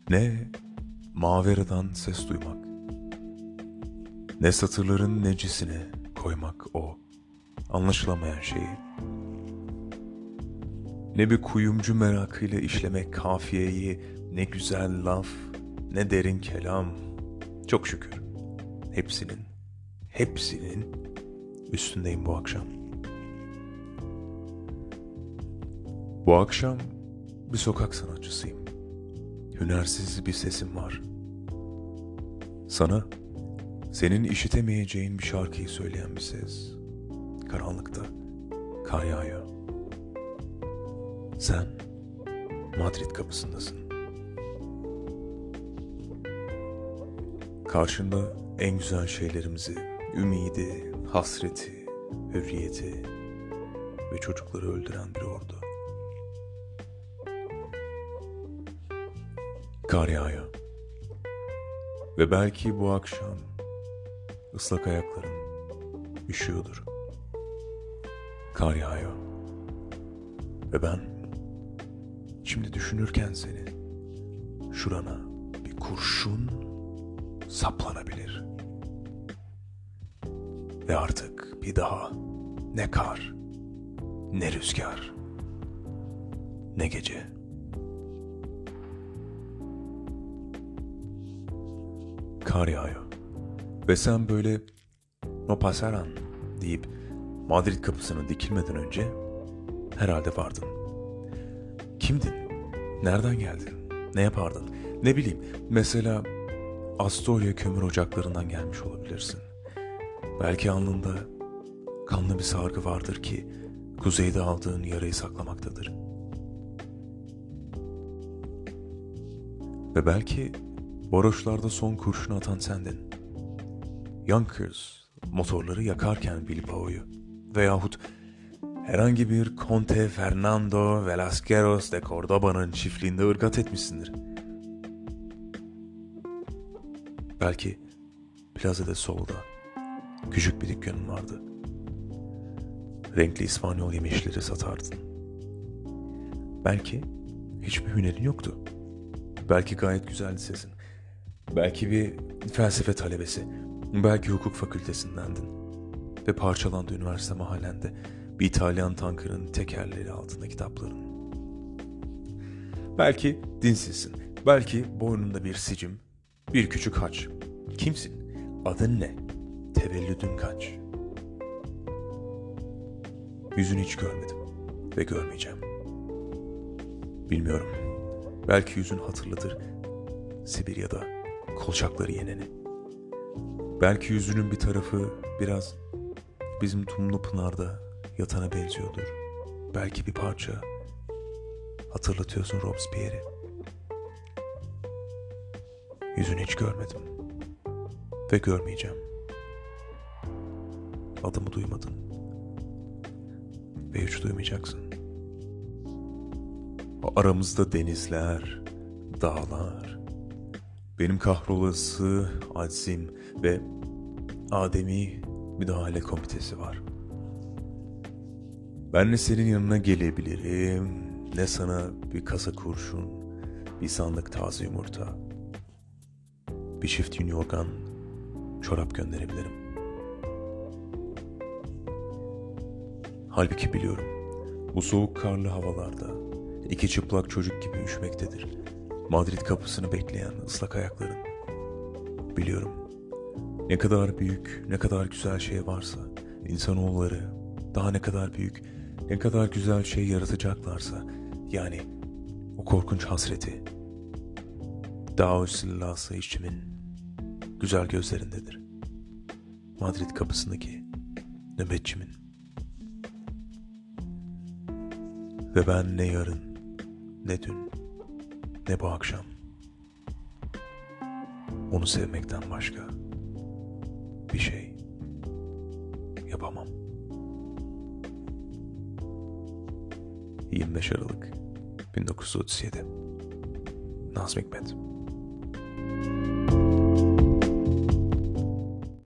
Ne maveradan ses duymak, ne satırların necisine koymak o anlaşılamayan şeyi, ne bir kuyumcu merakıyla işlemek kafiyeyi, ne güzel laf, ne derin kelam. Çok şükür hepsinin üstündeyim bu akşam. Bu akşam bir sokak sanatçısıyım. Hünersiz bir sesim var. Sana, senin işitemeyeceğin bir şarkıyı söyleyen bir ses. Karanlıkta, kar yağıyor. Sen, Madrid kapısındasın. Karşında en güzel şeylerimizi, ümidi, hasreti, hürriyeti ve çocukları öldüren bir ordu. Kar yağıyor. Ve belki bu akşam ıslak ayakların üşüyordur. Kar yağıyor. Ve ben şimdi düşünürken seni, şurana bir kurşun saplanabilir. Ve artık bir daha ne kar, ne rüzgar, ne gece. Kar yağıyor. Ve sen böyle "no pasaran" deyip Madrid kapısına dikilmeden önce herhalde vardın. Kimdin? Nereden geldin? Ne yapardın? Ne bileyim, mesela Astoria kömür ocaklarından gelmiş olabilirsin. Belki alnında kanlı bir sargı vardır ki kuzeyde aldığın yarayı saklamaktadır. Ve belki varoşlarda son kurşunu atan sendin. Yonkers motorları yakarken Bilbao'yu veyahut herhangi bir Conde Fernando Velasquez de Cordoba'nın çiftliğinde ırgat etmişsindir. Belki Plaza de Sol'da küçük bir dükkanın vardı. Renkli İspanyol yemişleri satardın. Belki hiçbir hünerin yoktu. Belki gayet güzeldi sesin. Belki bir felsefe talebesi. Belki hukuk fakültesindendin. Ve parçalandı üniversite mahallende bir İtalyan tankının tekerleri altında kitapların. Belki dinsizsin. Belki boynunda bir sicim, bir küçük haç. Kimsin? Adın ne? Tevellüdün kaç? Yüzünü hiç görmedim ve görmeyeceğim. Bilmiyorum. Belki yüzün hatırlatır Sibirya'da kolçakları yeneni. Belki yüzünün bir tarafı biraz bizim Tumlupınar'da yatana benziyordur. Belki bir parça hatırlatıyorsun Robespierre'i. Yüzünü hiç görmedim ve görmeyeceğim. Adımı duymadın ve hiç duymayacaksın. Aramızda denizler, dağlar, benim kahrolası aczim ve Ademi müdahale komitesi var. Ben ne senin yanına gelebilirim, ne sana bir kasa kurşun, bir sandık taze yumurta, bir çift yün yorgan, çorap gönderebilirim. Halbuki biliyorum, bu soğuk karlı havalarda iki çıplak çocuk gibi üşümektedir Madrid kapısını bekleyen ıslak ayakların. Biliyorum, ne kadar büyük, ne kadar güzel şey varsa, insanoğulları daha ne kadar büyük, ne kadar güzel şey yaratacaklarsa, yani o korkunç hasreti, Dao sillası içimin güzel gözlerindedir. Madrid kapısındaki nöbetçimin. Ve ben ne yarın, ne dün, ne bu akşam onu sevmekten başka bir şey yapamam. 25 Aralık 1937 Nazım Hikmet.